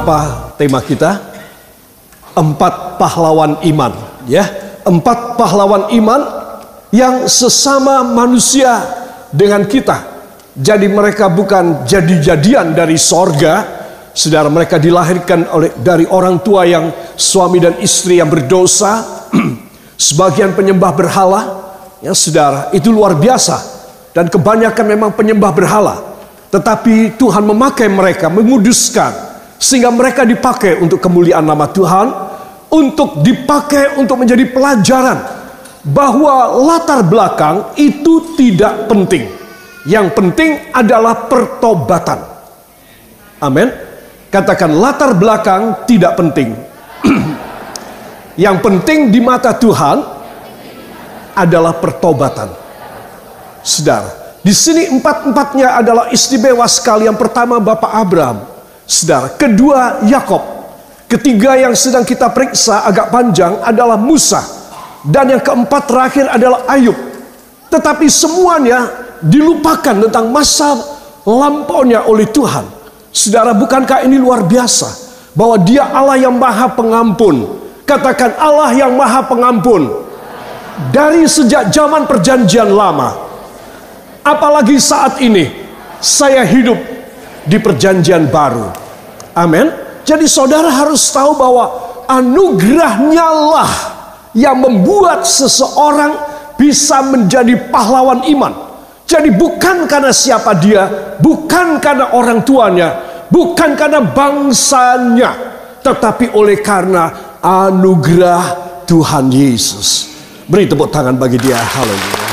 Apa tema kita? 4 pahlawan iman, ya. 4 pahlawan iman yang sesama manusia dengan kita. Jadi mereka bukan jadi-jadian dari sorga. Saudara, mereka dilahirkan dari orang tua yang suami dan istri yang berdosa. Sebagian penyembah berhala, ya saudara, itu luar biasa. Dan kebanyakan memang penyembah berhala. Tetapi Tuhan memakai mereka, menguduskan, sehingga mereka dipakai untuk kemuliaan nama Tuhan, untuk dipakai untuk menjadi pelajaran bahwa latar belakang itu tidak penting. Yang penting adalah pertobatan. Amin. Katakan, latar belakang tidak penting. Yang penting di mata Tuhan adalah pertobatan. Saudara, di sini 4-4-nya adalah istimewa sekali. Yang pertama Bapak Abraham, saudara. Kedua Yakob. Ketiga yang sedang kita periksa agak panjang adalah Musa. Dan yang keempat terakhir adalah Ayub. Tetapi semuanya dilupakan tentang masa lampaunya oleh Tuhan. Saudara, bukankah ini luar biasa? Bahwa Dia Allah yang Maha Pengampun. Katakan, Allah yang Maha Pengampun. Dari sejak zaman perjanjian lama. Apalagi saat ini saya hidup di perjanjian baru. Amin. Jadi saudara harus tahu bahwa anugerahnya lah yang membuat seseorang bisa menjadi pahlawan iman. Jadi bukan karena siapa dia, bukan karena orang tuanya, bukan karena bangsanya, tetapi oleh karena anugerah Tuhan Yesus. Beri tepuk tangan bagi Dia. Haleluya.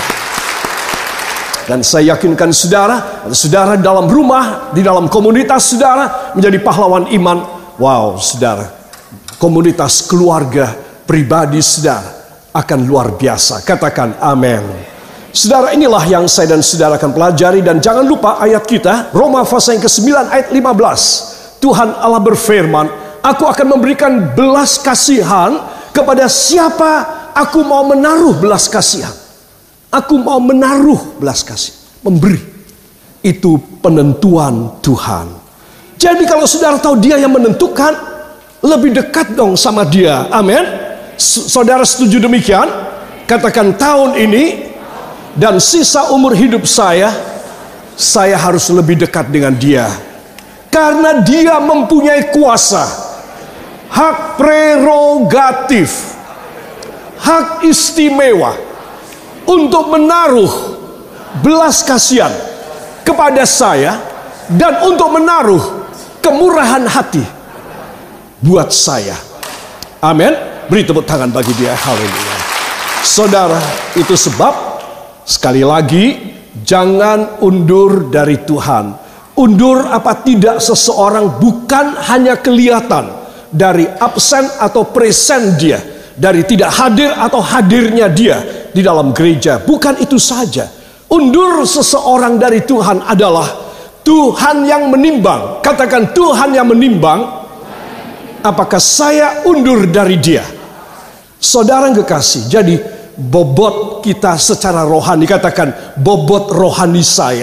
Dan saya yakinkan saudara dalam rumah, di dalam komunitas saudara menjadi pahlawan iman. Wow, saudara, komunitas keluarga pribadi saudara akan luar biasa. Katakan amin. Saudara, inilah yang saya dan saudara akan pelajari. Dan jangan lupa ayat kita, Roma pasal yang ke-9 ayat 15. Tuhan Allah berfirman, aku akan memberikan belas kasihan kepada siapa aku mau menaruh belas kasihan. Aku mau menaruh belas kasihan, memberi. Itu penentuan Tuhan. Jadi kalau saudara tahu Dia yang menentukan, lebih dekat dong sama Dia. Amin. Saudara setuju demikian? Katakan, tahun ini dan sisa umur hidup saya harus lebih dekat dengan Dia. Karena Dia mempunyai kuasa, hak prerogatif, hak istimewa untuk menaruh belas kasihan kepada saya dan untuk menaruh kemurahan hati buat saya. Amin. Beri tepuk tangan bagi Dia. Haleluya. Saudara, itu sebab sekali lagi, jangan undur dari Tuhan. Undur apa tidak seseorang bukan hanya kelihatan dari absen atau present dia, dari tidak hadir atau hadirnya dia di dalam gereja. Bukan itu saja. Undur seseorang dari Tuhan adalah Tuhan yang menimbang. Katakan, Tuhan yang menimbang apakah saya undur dari Dia. Saudara yang kekasih, jadi bobot kita secara rohani, katakan, bobot rohani saya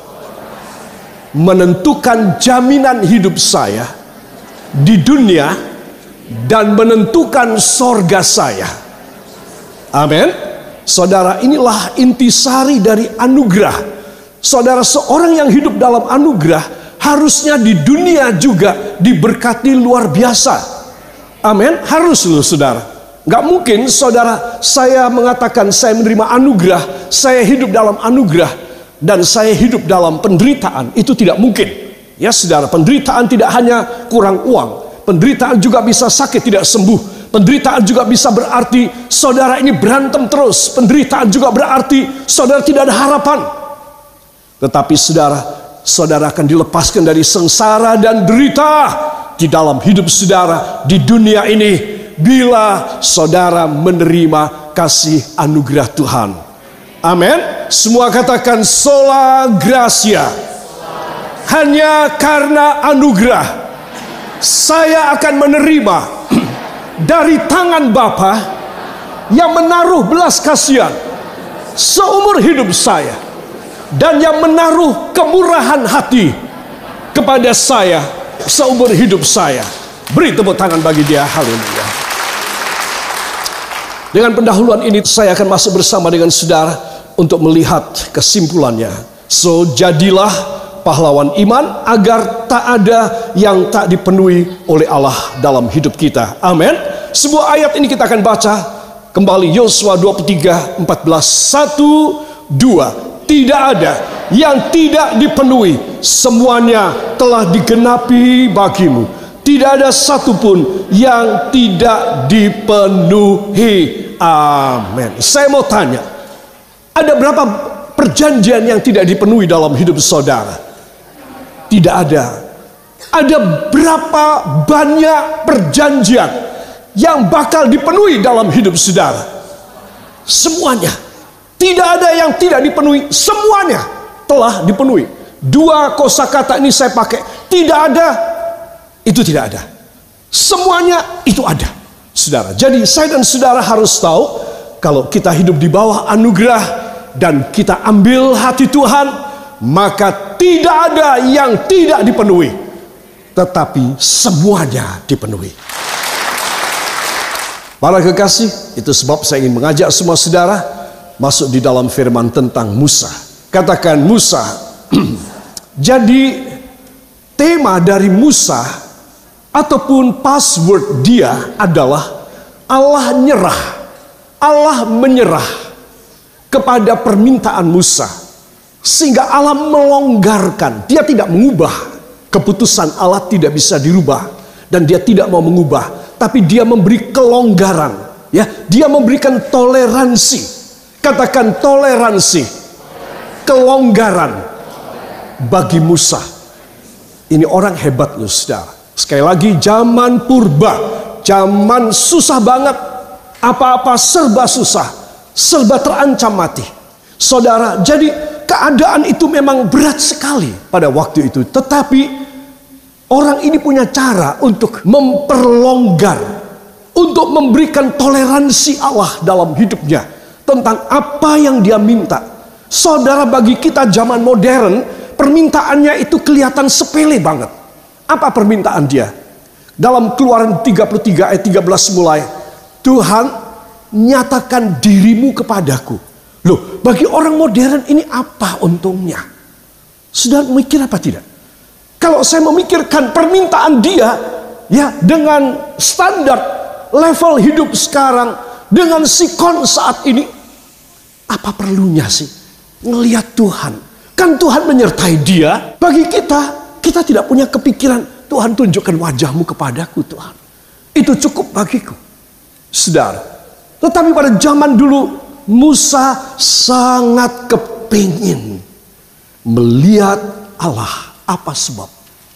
menentukan jaminan hidup saya di dunia dan menentukan sorga saya. Amin. Saudara, inilah intisari dari anugerah. Saudara, seorang yang hidup dalam anugerah harusnya di dunia juga diberkati luar biasa. Amin. Harus loh saudara. Gak mungkin saudara, saya mengatakan saya menerima anugerah, saya hidup dalam anugerah, dan saya hidup dalam penderitaan. Itu tidak mungkin. Ya saudara, penderitaan tidak hanya kurang uang. Penderitaan juga bisa sakit tidak sembuh. Penderitaan juga bisa berarti saudara ini berantem terus. Penderitaan juga berarti saudara tidak ada harapan. Tetapi saudara akan dilepaskan dari sengsara dan derita di dalam hidup saudara di dunia ini, bila saudara menerima kasih anugerah Tuhan. Amin. Semua katakan sola gratia. Hanya karena anugerah saya akan menerima dari tangan Bapa yang menaruh belas kasihan seumur hidup saya, dan yang menaruh kemurahan hati kepada saya seumur hidup saya. Beri tepuk tangan bagi dia. Haleluya. Dengan pendahuluan ini saya akan masuk bersama dengan saudara untuk melihat kesimpulannya. So, jadilah pahlawan iman agar tak ada yang tak dipenuhi oleh Allah dalam hidup kita. Amin. Sebuah ayat ini kita akan baca kembali, Yosua 23:14. 1, 2. Tidak ada yang tidak dipenuhi, semuanya telah digenapi bagimu. Tidak ada satupun yang tidak dipenuhi. Amin. Saya mau tanya, ada berapa perjanjian yang tidak dipenuhi dalam hidup saudara? Tidak ada. Ada berapa banyak perjanjian yang bakal dipenuhi dalam hidup saudara? Semuanya. Tidak ada yang tidak dipenuhi, semuanya telah dipenuhi. Dua kosakata ini saya pakai. Tidak ada, itu tidak ada. Semuanya itu ada, saudara. Jadi saya dan saudara harus tahu, kalau kita hidup di bawah anugerah dan kita ambil hati Tuhan, maka tidak ada yang tidak dipenuhi, tetapi semuanya dipenuhi. Para kekasih, itu sebab saya ingin mengajak semua saudara masuk di dalam firman tentang Musa. Katakan Musa. Jadi tema dari Musa ataupun password dia adalah Allah nyerah. Allah menyerah kepada permintaan Musa, sehingga Allah melonggarkan. Dia tidak mengubah. Keputusan Allah tidak bisa dirubah, dan dia tidak mau mengubah, tapi dia memberi kelonggaran. Ya, dia memberikan toleransi. Katakan toleransi, kelonggaran bagi Musa. Ini orang hebat loh, saudara. Sekali lagi, zaman purba, zaman susah banget, apa-apa serba susah, serba terancam mati, saudara. Jadi keadaan itu memang berat sekali pada waktu itu. Tetapi orang ini punya cara untuk memperlonggar, untuk memberikan toleransi Allah dalam hidupnya tentang apa yang dia minta. Saudara, bagi kita zaman modern, permintaannya itu kelihatan sepele banget. Apa permintaan dia? Dalam Keluaran 33 ayat 13 mulai, Tuhan, nyatakan dirimu kepadaku. Loh, bagi orang modern ini apa untungnya? Sudah mikir apa tidak? Kalau saya memikirkan permintaan dia, ya, dengan standar level hidup sekarang, dengan sikon saat ini, apa perlunya sih ngelihat Tuhan? Kan Tuhan menyertai dia. Bagi kita tidak punya kepikiran, Tuhan tunjukkan wajahmu kepadaku Tuhan. Itu cukup bagiku, saudara. Tetapi pada zaman dulu, Musa sangat kepingin melihat Allah. Apa sebab?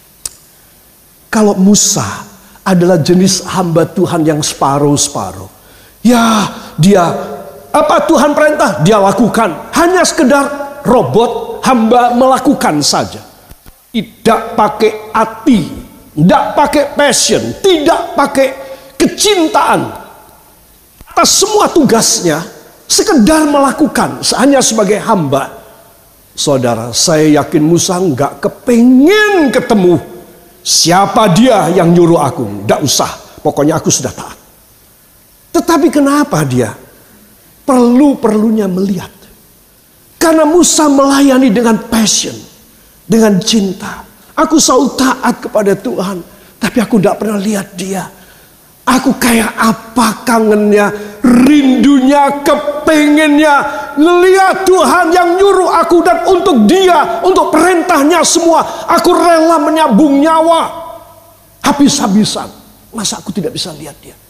Kalau Musa adalah jenis hamba Tuhan yang separuh-separuh, ya, dia apa Tuhan perintah dia lakukan, hanya sekedar robot hamba melakukan saja, tidak pakai hati, tidak pakai passion, tidak pakai kecintaan atas semua tugasnya, sekedar melakukan hanya sebagai hamba. Saudara, saya yakin Musa nggak kepengen ketemu siapa dia yang nyuruh aku, nggak usah, pokoknya aku sudah taat. Tetapi kenapa dia perlunya melihat? Karena Musa melayani dengan passion, dengan cinta. Aku selalu taat kepada Tuhan, tapi aku tidak pernah lihat dia. Aku kayak apa kangennya, rindunya, kepengennya ngelihat Tuhan yang nyuruh aku, dan untuk dia, untuk perintahnya semua, aku rela menyambung nyawa habis-habisan. Masa aku tidak bisa lihat dia?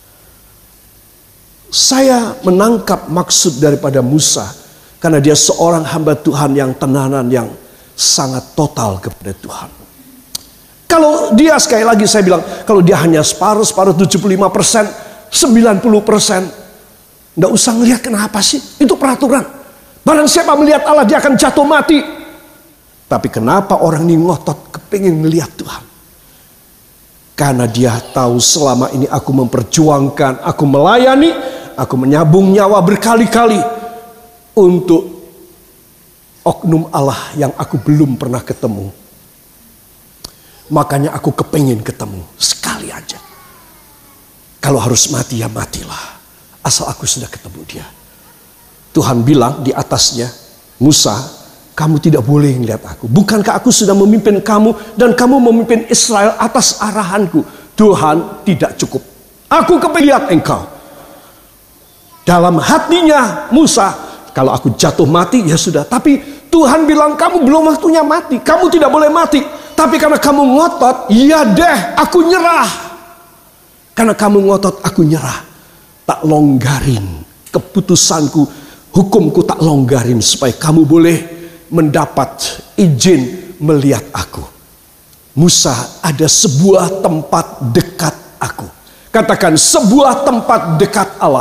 Saya menangkap maksud daripada Musa karena dia seorang hamba Tuhan yang tenanan, yang sangat total kepada Tuhan. Kalau dia, sekali lagi saya bilang, kalau dia hanya separuh 75%, 90%, nggak usah ngelihat. Kenapa sih? Itu peraturan. Barang siapa melihat Allah, dia akan jatuh mati. Tapi kenapa orang ini ngotot kepingin melihat Tuhan? Karena dia tahu selama ini aku memperjuangkan, aku melayani, aku menyambung nyawa berkali-kali untuk oknum Allah yang aku belum pernah ketemu. Makanya aku kepengin ketemu sekali aja. Kalau harus mati ya matilah, asal aku sudah ketemu dia. Tuhan bilang di atasnya, Musa, kamu tidak boleh melihat aku. Bukankah aku sudah memimpin kamu dan kamu memimpin Israel atas arahanku? Tuhan, tidak cukup. Aku kepengin lihat engkau. Dalam hatinya Musa, kalau aku jatuh mati ya sudah. Tapi Tuhan bilang kamu belum waktunya mati. Kamu tidak boleh mati. Tapi karena kamu ngotot, ya deh aku nyerah. Karena kamu ngotot aku nyerah. Tak longgarin keputusanku, hukumku tak longgarin supaya kamu boleh mendapat izin melihat aku. Musa, ada sebuah tempat dekat aku. Katakan, sebuah tempat dekat Allah.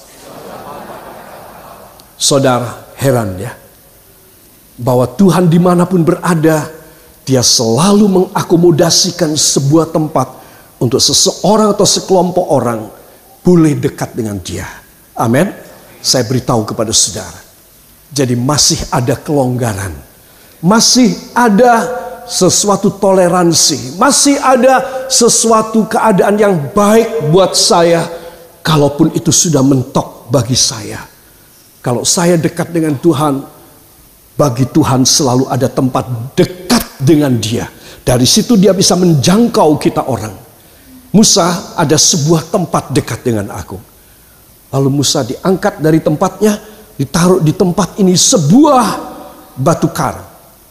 Saudara, heran ya, bahwa Tuhan dimanapun berada, dia selalu mengakomodasikan sebuah tempat untuk seseorang atau sekelompok orang boleh dekat dengan dia. Amin. Saya beritahu kepada saudara, jadi masih ada kelonggaran, masih ada sesuatu toleransi, masih ada sesuatu keadaan yang baik buat saya, kalaupun itu sudah mentok bagi saya. Kalau saya dekat dengan Tuhan, bagi Tuhan selalu ada tempat dekat dengan dia. Dari situ dia bisa menjangkau kita orang. Musa, ada sebuah tempat dekat dengan aku. Lalu Musa diangkat dari tempatnya, ditaruh di tempat ini sebuah batu karang.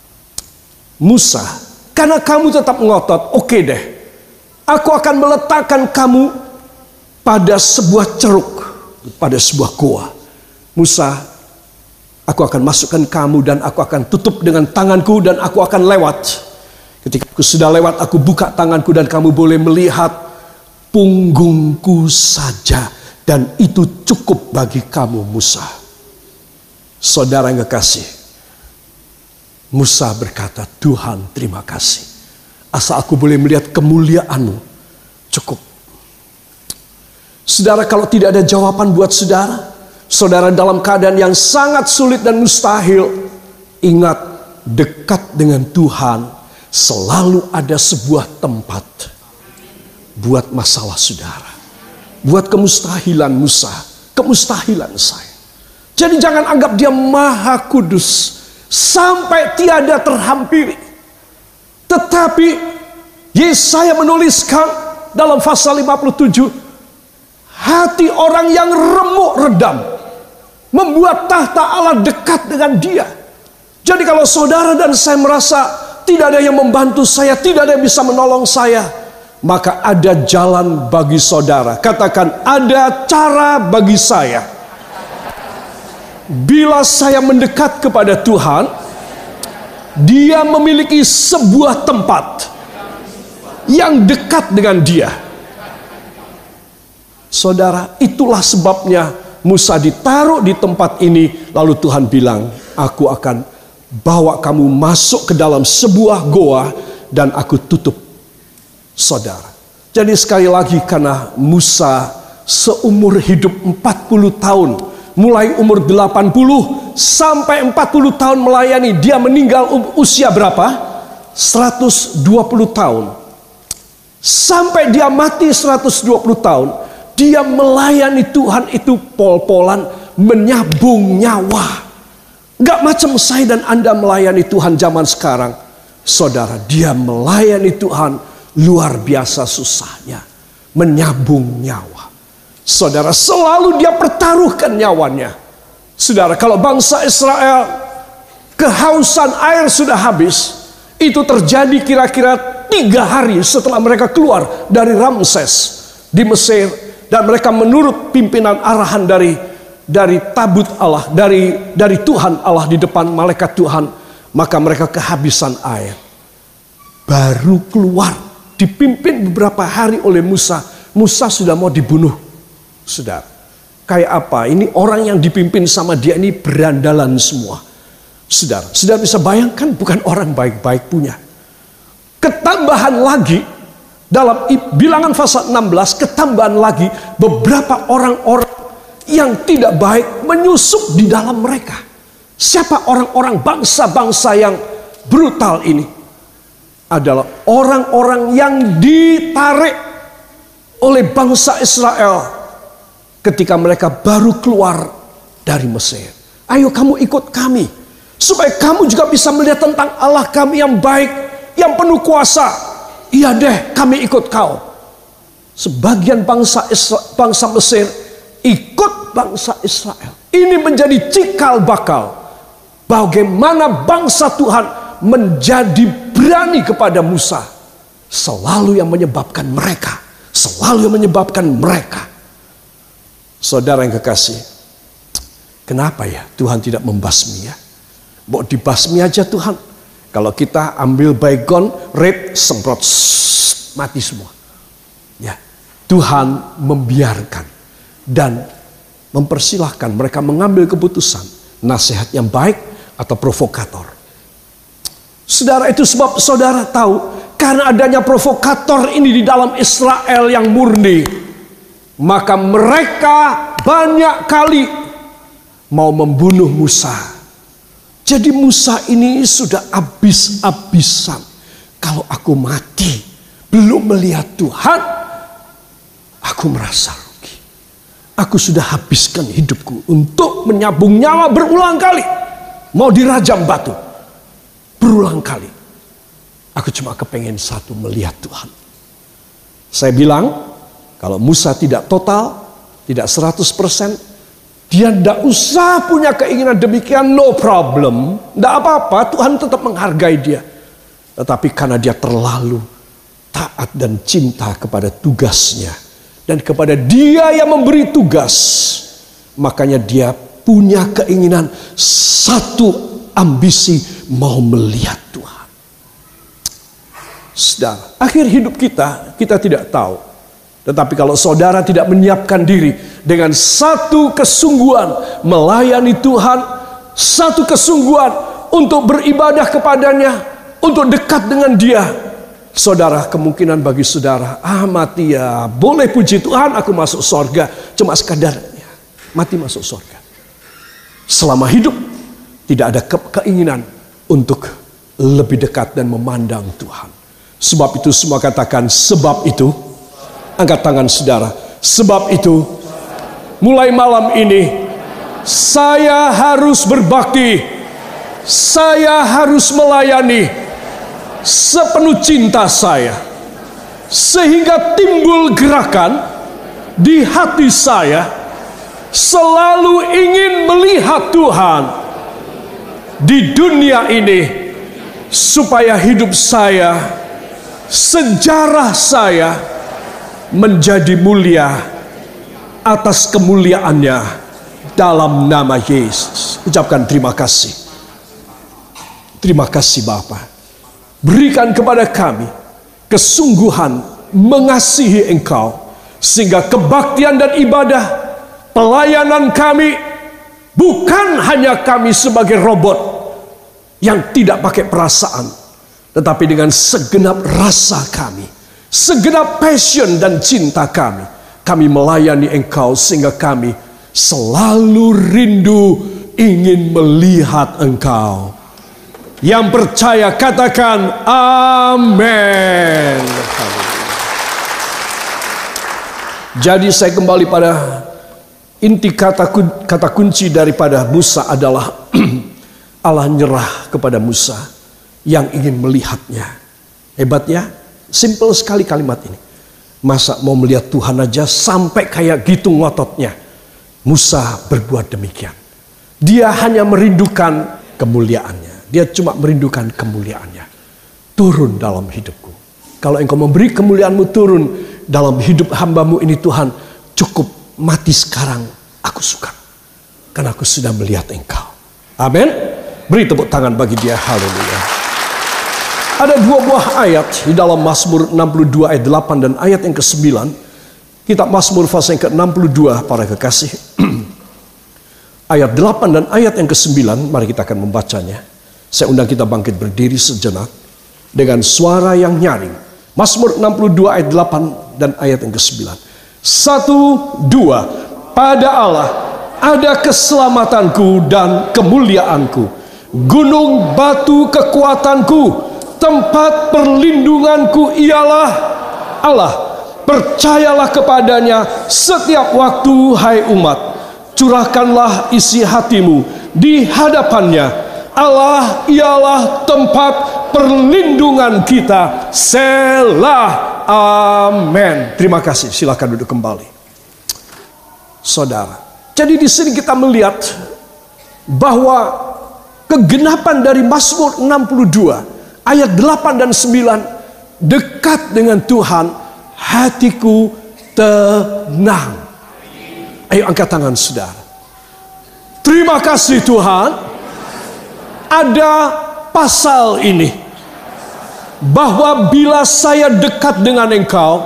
Musa, karena kamu tetap ngotot, oke deh, aku akan meletakkan kamu pada sebuah ceruk, pada sebuah goa. Musa, aku akan masukkan kamu dan aku akan tutup dengan tanganku dan aku akan lewat. Ketika aku sudah lewat, aku buka tanganku dan kamu boleh melihat punggungku saja. Dan itu cukup bagi kamu, Musa. Saudara yang kekasih, Musa berkata, Tuhan terima kasih. Asal aku boleh melihat kemuliaan-Mu, cukup. Saudara, kalau tidak ada jawaban buat saudara, saudara dalam keadaan yang sangat sulit dan mustahil, ingat, dekat dengan Tuhan selalu ada sebuah tempat buat masalah saudara, buat kemustahilan Musa, kemustahilan saya. Jadi jangan anggap dia maha kudus sampai tiada terhampiri. Tetapi Yesaya menuliskan dalam pasal 57, hati orang yang remuk redam membuat tahta Allah dekat dengan dia. Jadi kalau saudara dan saya merasa tidak ada yang membantu saya, tidak ada yang bisa menolong saya, maka ada jalan bagi saudara. Katakan, ada cara bagi saya. Bila saya mendekat kepada Tuhan, dia memiliki sebuah tempat yang dekat dengan dia. Saudara, itulah sebabnya Musa ditaruh di tempat ini. Lalu Tuhan bilang, aku akan bawa kamu masuk ke dalam sebuah goa dan aku tutup saudara. Jadi sekali lagi, karena Musa seumur hidup 40 tahun, mulai umur 80 sampai 40 tahun melayani, dia meninggal usia berapa? 120 tahun. Sampai dia mati 120 tahun, dia melayani Tuhan itu pol-polan, menyabung nyawa. Gak macam saya dan Anda melayani Tuhan zaman sekarang. Saudara, dia melayani Tuhan luar biasa susahnya, menyabung nyawa. Saudara, selalu dia pertaruhkan nyawanya. Saudara, kalau bangsa Israel kehausan air sudah habis, itu terjadi kira-kira 3 hari setelah mereka keluar dari Ramses di Mesir, dan mereka menurut pimpinan arahan dari tabut Allah, dari Tuhan Allah di depan malaikat Tuhan, maka mereka kehabisan air. Baru keluar, dipimpin beberapa hari oleh Musa. Musa sudah mau dibunuh. Saudara, kayak apa? Ini orang yang dipimpin sama dia ini berandalan semua. Saudara bisa bayangkan, bukan orang baik-baik punya. Ketambahan lagi, dalam Bilangan pasal 16, ketambahan lagi beberapa orang-orang yang tidak baik menyusup di dalam mereka. Siapa orang-orang bangsa-bangsa yang brutal ini? adalah orang-orang yang ditarik oleh bangsa Israel ketika mereka baru keluar dari Mesir. Ayo kamu ikut kami, supaya kamu juga bisa melihat tentang Allah kami yang baik, yang penuh kuasa. Iya deh, kami ikut kau. Sebagian bangsa Mesir ikut bangsa Israel. Ini menjadi cikal bakal bagaimana bangsa Tuhan menjadi berani kepada Musa. Selalu yang menyebabkan mereka. Saudara yang kekasih, kenapa ya Tuhan tidak membasmi ya? Mau dibasmi aja Tuhan. Kalau kita ambil baygon, red, semprot, mati semua. Ya, Tuhan membiarkan dan mempersilahkan mereka mengambil keputusan, nasihat yang baik atau provokator. Saudara, itu sebab saudara tahu, karena adanya provokator ini di dalam Israel yang murni, maka mereka banyak kali mau membunuh Musa. Jadi Musa ini sudah habis-habisan. Kalau aku mati belum melihat Tuhan, aku merasa rugi. Aku sudah habiskan hidupku untuk menyambung nyawa berulang kali. Mau dirajam batu berulang kali. Aku cuma kepengen satu, melihat Tuhan. Saya bilang, kalau Musa tidak total, tidak 100%, dia tidak usah punya keinginan demikian, no problem. Tidak apa-apa, Tuhan tetap menghargai dia. Tetapi karena dia terlalu taat dan cinta kepada tugasnya, dan kepada dia yang memberi tugas, makanya dia punya keinginan, satu ambisi, mau melihat Tuhan. Saudara, akhir hidup kita tidak tahu. Tetapi kalau saudara tidak menyiapkan diri dengan satu kesungguhan melayani Tuhan, satu kesungguhan untuk beribadah kepadanya, untuk dekat dengan dia, saudara, kemungkinan bagi saudara, mati ya, boleh puji Tuhan aku masuk surga, cuma sekadar ya, mati masuk surga. Selama hidup tidak ada keinginan untuk lebih dekat dan memandang Tuhan. Sebab itu semua katakan, sebab itu. Angkat tangan saudara. Sebab itu, mulai malam ini saya harus berbakti, saya harus melayani sepenuh cinta saya, sehingga timbul gerakan di hati saya, selalu ingin melihat Tuhan di dunia ini, supaya hidup saya, sejarah saya menjadi mulia atas kemuliaannya dalam nama Yesus. Ucapkan terima kasih. Terima kasih Bapa. Berikan kepada kami kesungguhan mengasihi Engkau, sehingga kebaktian dan ibadah pelayanan kami bukan hanya kami sebagai robot yang tidak pakai perasaan, tetapi dengan segenap rasa kami, segenap passion dan cinta kami, kami melayani Engkau, sehingga kami selalu rindu ingin melihat Engkau. Yang percaya katakan amin. Jadi saya kembali pada inti kata kunci daripada Musa adalah Allah nyerah kepada Musa yang ingin melihatnya. Hebatnya, simple sekali kalimat ini. Masa mau melihat Tuhan aja sampai kayak gitu ngototnya. Musa berbuat demikian. Dia hanya merindukan kemuliaannya. Dia cuma merindukan kemuliaannya. Turun dalam hidupku. Kalau Engkau memberi kemuliaanmu turun dalam hidup hambamu ini Tuhan, cukup mati sekarang, aku suka. Karena aku sudah melihat Engkau. Amin. Beri tepuk tangan bagi dia. Haleluya. Ada dua buah ayat di dalam Mazmur 62 ayat 8 dan ayat yang ke-9. Kitab Mazmur pasal yang ke-62 para kekasih. Ayat 8 dan ayat yang ke-9, mari kita akan membacanya. Saya undang kita bangkit berdiri sejenak dengan suara yang nyaring. Mazmur 62 ayat 8 dan ayat yang ke-9. 1, 2. Pada Allah ada keselamatanku dan kemuliaanku. Gunung batu kekuatanku, tempat perlindunganku ialah Allah. Percayalah kepadanya setiap waktu, hai umat. Curahkanlah isi hatimu di hadapannya. Allah ialah tempat perlindungan kita. Selah. Amin. Terima kasih. Silakan duduk kembali. Saudara, jadi di sini kita melihat bahwa kegenapan dari Mazmur 62 ayat 8 dan 9, dekat dengan Tuhan hatiku tenang. Ayo angkat tangan saudara. Terima kasih Tuhan, ada pasal ini bahwa bila saya dekat dengan Engkau,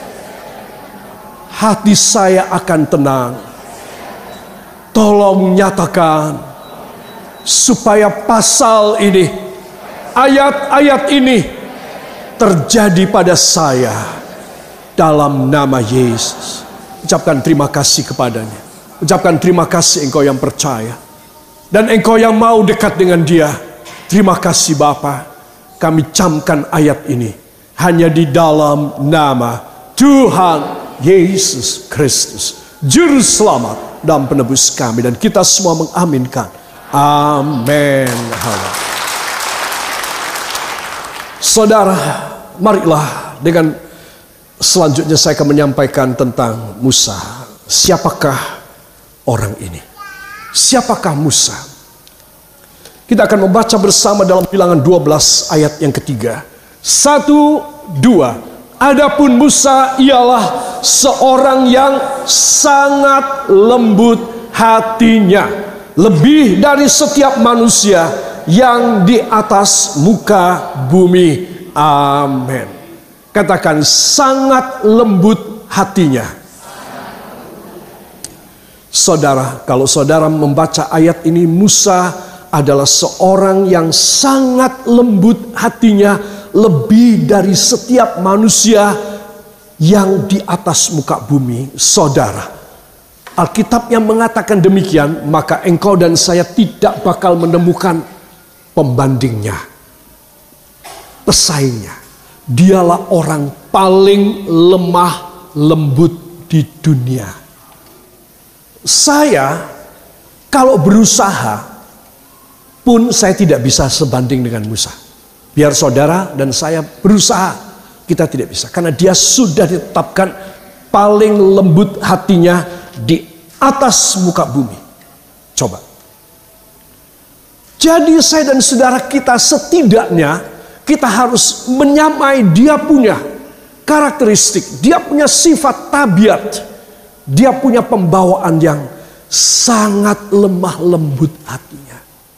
hati saya akan tenang. Tolong nyatakan supaya pasal ini, ayat-ayat ini terjadi pada saya dalam nama Yesus. Ucapkan terima kasih kepadanya. Ucapkan terima kasih engkau yang percaya dan engkau yang mau dekat dengan Dia. Terima kasih Bapa. Kami camkan ayat ini hanya di dalam nama Tuhan Yesus Kristus, Juru Selamat dan Penebus kami. Dan kita semua mengaminkan. Amin. Saudara, marilah dengan selanjutnya saya akan menyampaikan tentang Musa. Siapakah orang ini? Siapakah Musa? Kita akan membaca bersama dalam Bilangan 12 ayat yang ketiga. 1, 2. Adapun Musa ialah seorang yang sangat lembut hatinya, lebih dari setiap manusia yang di atas muka bumi. Amin. Katakan sangat lembut hatinya. Saudara, kalau saudara membaca ayat ini, Musa adalah seorang yang sangat lembut hatinya, lebih dari setiap manusia yang di atas muka bumi. Saudara, Alkitab yang mengatakan demikian, maka engkau dan saya tidak bakal menemukan pembandingnya, pesaingnya. Dialah orang paling lemah lembut di dunia. Saya kalau berusaha pun saya tidak bisa sebanding dengan Musa. Biar saudara dan saya berusaha, kita tidak bisa. Karena dia sudah ditetapkan paling lembut hatinya di atas muka bumi. Coba. Jadi saya dan saudara kita setidaknya, kita harus menyamai dia punya karakteristik. Dia punya sifat tabiat. Dia punya pembawaan yang sangat lemah lembut hatinya.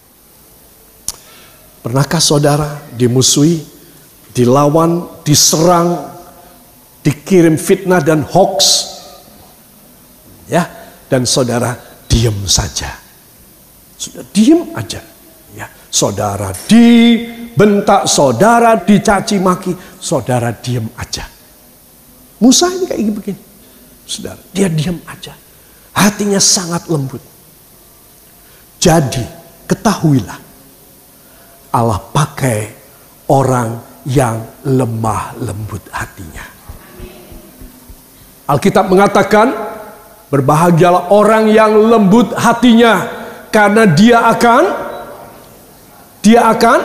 Pernahkah saudara dimusuhi, dilawan, diserang, dikirim fitnah dan hoax? Ya, dan saudara diam saja. Sudah diam aja. Ya, saudara dibentak, saudara dicaci maki, saudara diam aja. Musa ini kayak begini. Saudara, dia diam aja. Hatinya sangat lembut. Jadi, ketahuilah, Allah pakai orang yang lemah lembut hatinya. Alkitab mengatakan, berbahagialah orang yang lembut hatinya, karena dia akan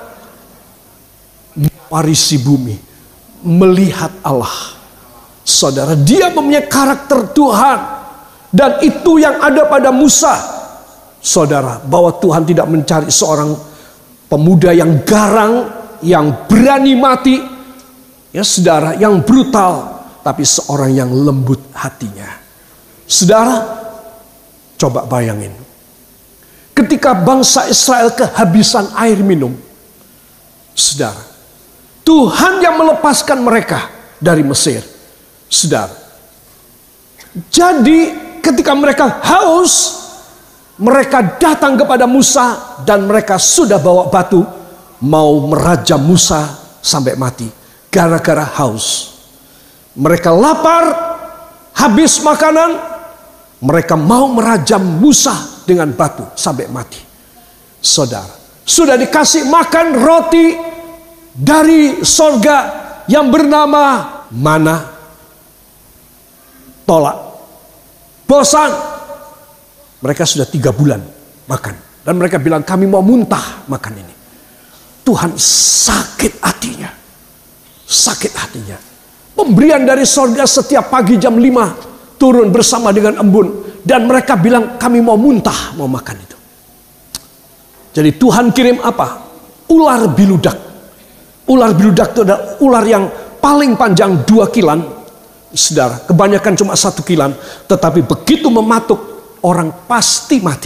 mewarisi bumi, melihat Allah. Saudara, dia mempunyai karakter Tuhan, dan itu yang ada pada Musa. Saudara, bahwa Tuhan tidak mencari seorang pemuda yang garang, yang berani mati, ya saudara, yang brutal, tapi seorang yang lembut hatinya. Saudara, coba bayangin, ketika bangsa Israel kehabisan air minum, saudara, Tuhan yang melepaskan mereka dari Mesir, saudara. Jadi ketika mereka haus, mereka datang kepada Musa dan mereka sudah bawa batu mau merajam Musa sampai mati gara-gara haus. Mereka lapar, habis makanan, mereka mau merajam Musa dengan batu sampai mati. Saudara, sudah dikasih makan roti, dari sorga yang bernama mana, tolak, bosan. Mereka sudah 3 bulan makan. Dan mereka bilang, kami mau muntah makan ini. Tuhan sakit hatinya. Sakit hatinya. Pemberian dari sorga setiap pagi jam 5 turun bersama dengan embun. Dan mereka bilang, kami mau muntah, mau makan itu. Jadi Tuhan kirim apa? Ular biludak. Ular biludak itu adalah ular yang paling panjang 2 kilan. Saudara, kebanyakan cuma 1 kilan. Tetapi begitu mematuk, orang pasti mati.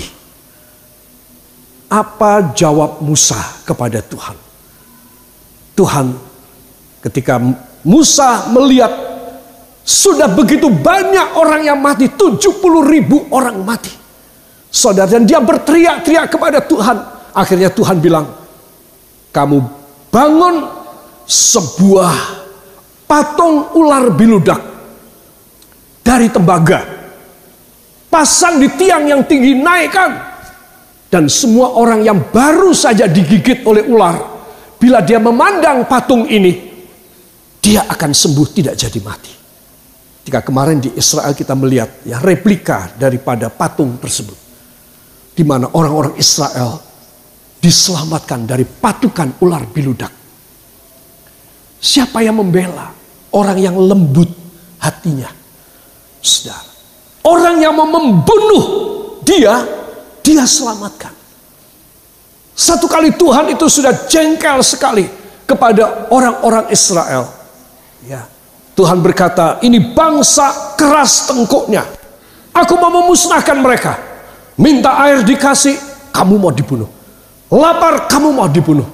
Apa jawab Musa kepada Tuhan? Tuhan, ketika Musa melihat sudah begitu banyak orang yang mati, 70.000 orang mati. Saudara, dan dia berteriak-teriak kepada Tuhan. Akhirnya Tuhan bilang, kamu bangun sebuah patung ular biludak dari tembaga. Pasang di tiang yang tinggi, naikkan. Dan semua orang yang baru saja digigit oleh ular, bila dia memandang patung ini, dia akan sembuh, tidak jadi mati. Jika kemarin di Israel kita melihat ya replika daripada patung tersebut, di mana orang-orang Israel diselamatkan dari patukan ular biludak. Siapa yang membela? Orang yang lembut hatinya. Saudara, orang yang mau membunuh dia selamatkan. Satu kali Tuhan itu sudah jengkel sekali kepada orang-orang Israel. Ya, Tuhan berkata, ini bangsa keras tengkuknya. Aku mau memusnahkan mereka. Minta air dikasih, kamu mau dibunuh. Lapar, kamu mau dibunuh.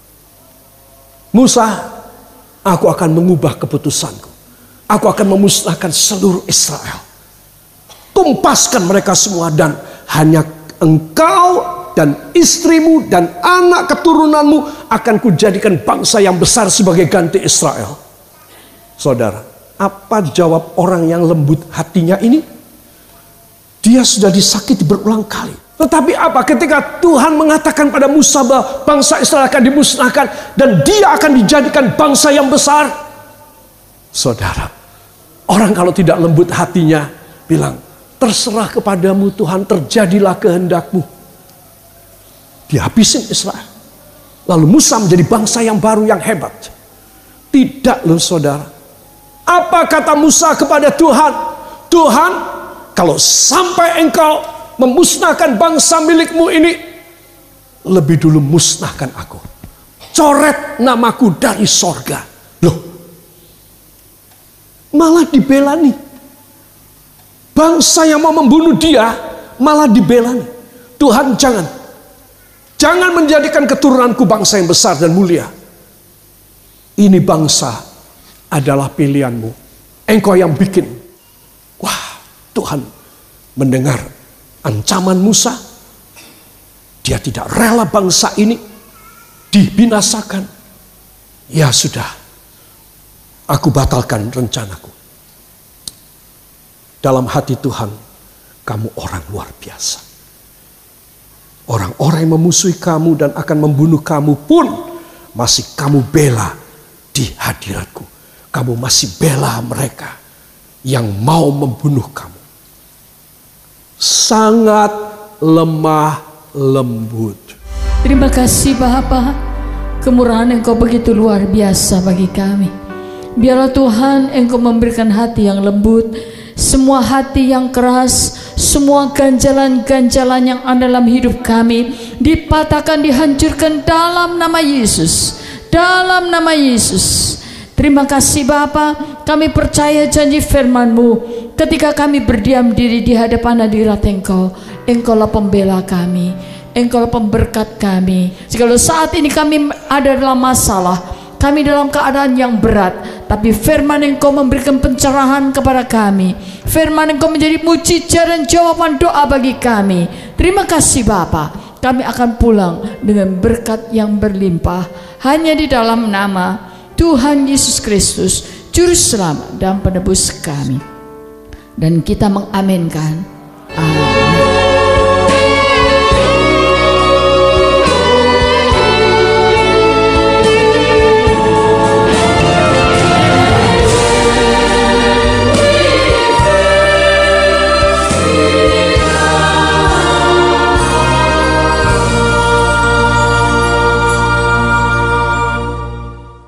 Musa, aku akan mengubah keputusanku. Aku akan memusnahkan seluruh Israel. Tumpaskan mereka semua, dan hanya engkau dan istrimu dan anak keturunanmu akan kujadikan bangsa yang besar sebagai ganti Israel. Saudara, apa jawab orang yang lembut hatinya ini? Dia sudah disakiti berulang kali. Tetapi apa ketika Tuhan mengatakan pada Musa bahwa bangsa Israel akan dimusnahkan dan dia akan dijadikan bangsa yang besar? Saudara, orang kalau tidak lembut hatinya bilang, terserah kepadamu Tuhan, terjadilah kehendakmu. Dihabisin Israel. Lalu Musa menjadi bangsa yang baru yang hebat. Tidak loh saudara. Apa kata Musa kepada Tuhan? Tuhan, kalau sampai engkau memusnahkan bangsa milikmu ini, lebih dulu musnahkan aku. Coret namaku dari sorga. Loh, malah dibela nih. Bangsa yang mau membunuh dia malah dibela nih. Tuhan, jangan menjadikan keturunanku bangsa yang besar dan mulia. Ini bangsa adalah pilihanmu. Engkau yang bikin. Wah, Tuhan mendengar ancaman Musa. Dia tidak rela bangsa ini dibinasakan. Ya sudah, aku batalkan rencanaku. Dalam hati Tuhan, kamu orang luar biasa. Orang-orang yang memusuhi kamu dan akan membunuh kamu pun masih kamu bela di hadiratku. Kamu masih bela mereka yang mau membunuh kamu. Sangat lemah lembut. Terima kasih Bapa, kemurahan Engkau begitu luar biasa bagi kami. Biarlah Tuhan Engkau memberikan hati yang lembut. Semua hati yang keras, semua ganjalan-ganjalan yang ada dalam hidup kami dipatahkan, dihancurkan dalam nama Yesus. Dalam nama Yesus. Terima kasih Bapa, kami percaya janji firman-Mu. Ketika kami berdiam diri di hadapan hadirat Engkau, Engkaulah pembela kami, Engkaulah pemberkat kami. Jikalau saat ini kami ada dalam masalah, kami dalam keadaan yang berat, tapi firman Engkau memberikan pencerahan kepada kami. Firman Engkau menjadi mujizat dan jawaban doa bagi kami. Terima kasih Bapa. Kami akan pulang dengan berkat yang berlimpah hanya di dalam nama Tuhan Yesus Kristus, Juru Selamat dan Penebus kami. Dan kita mengaminkan. Amin.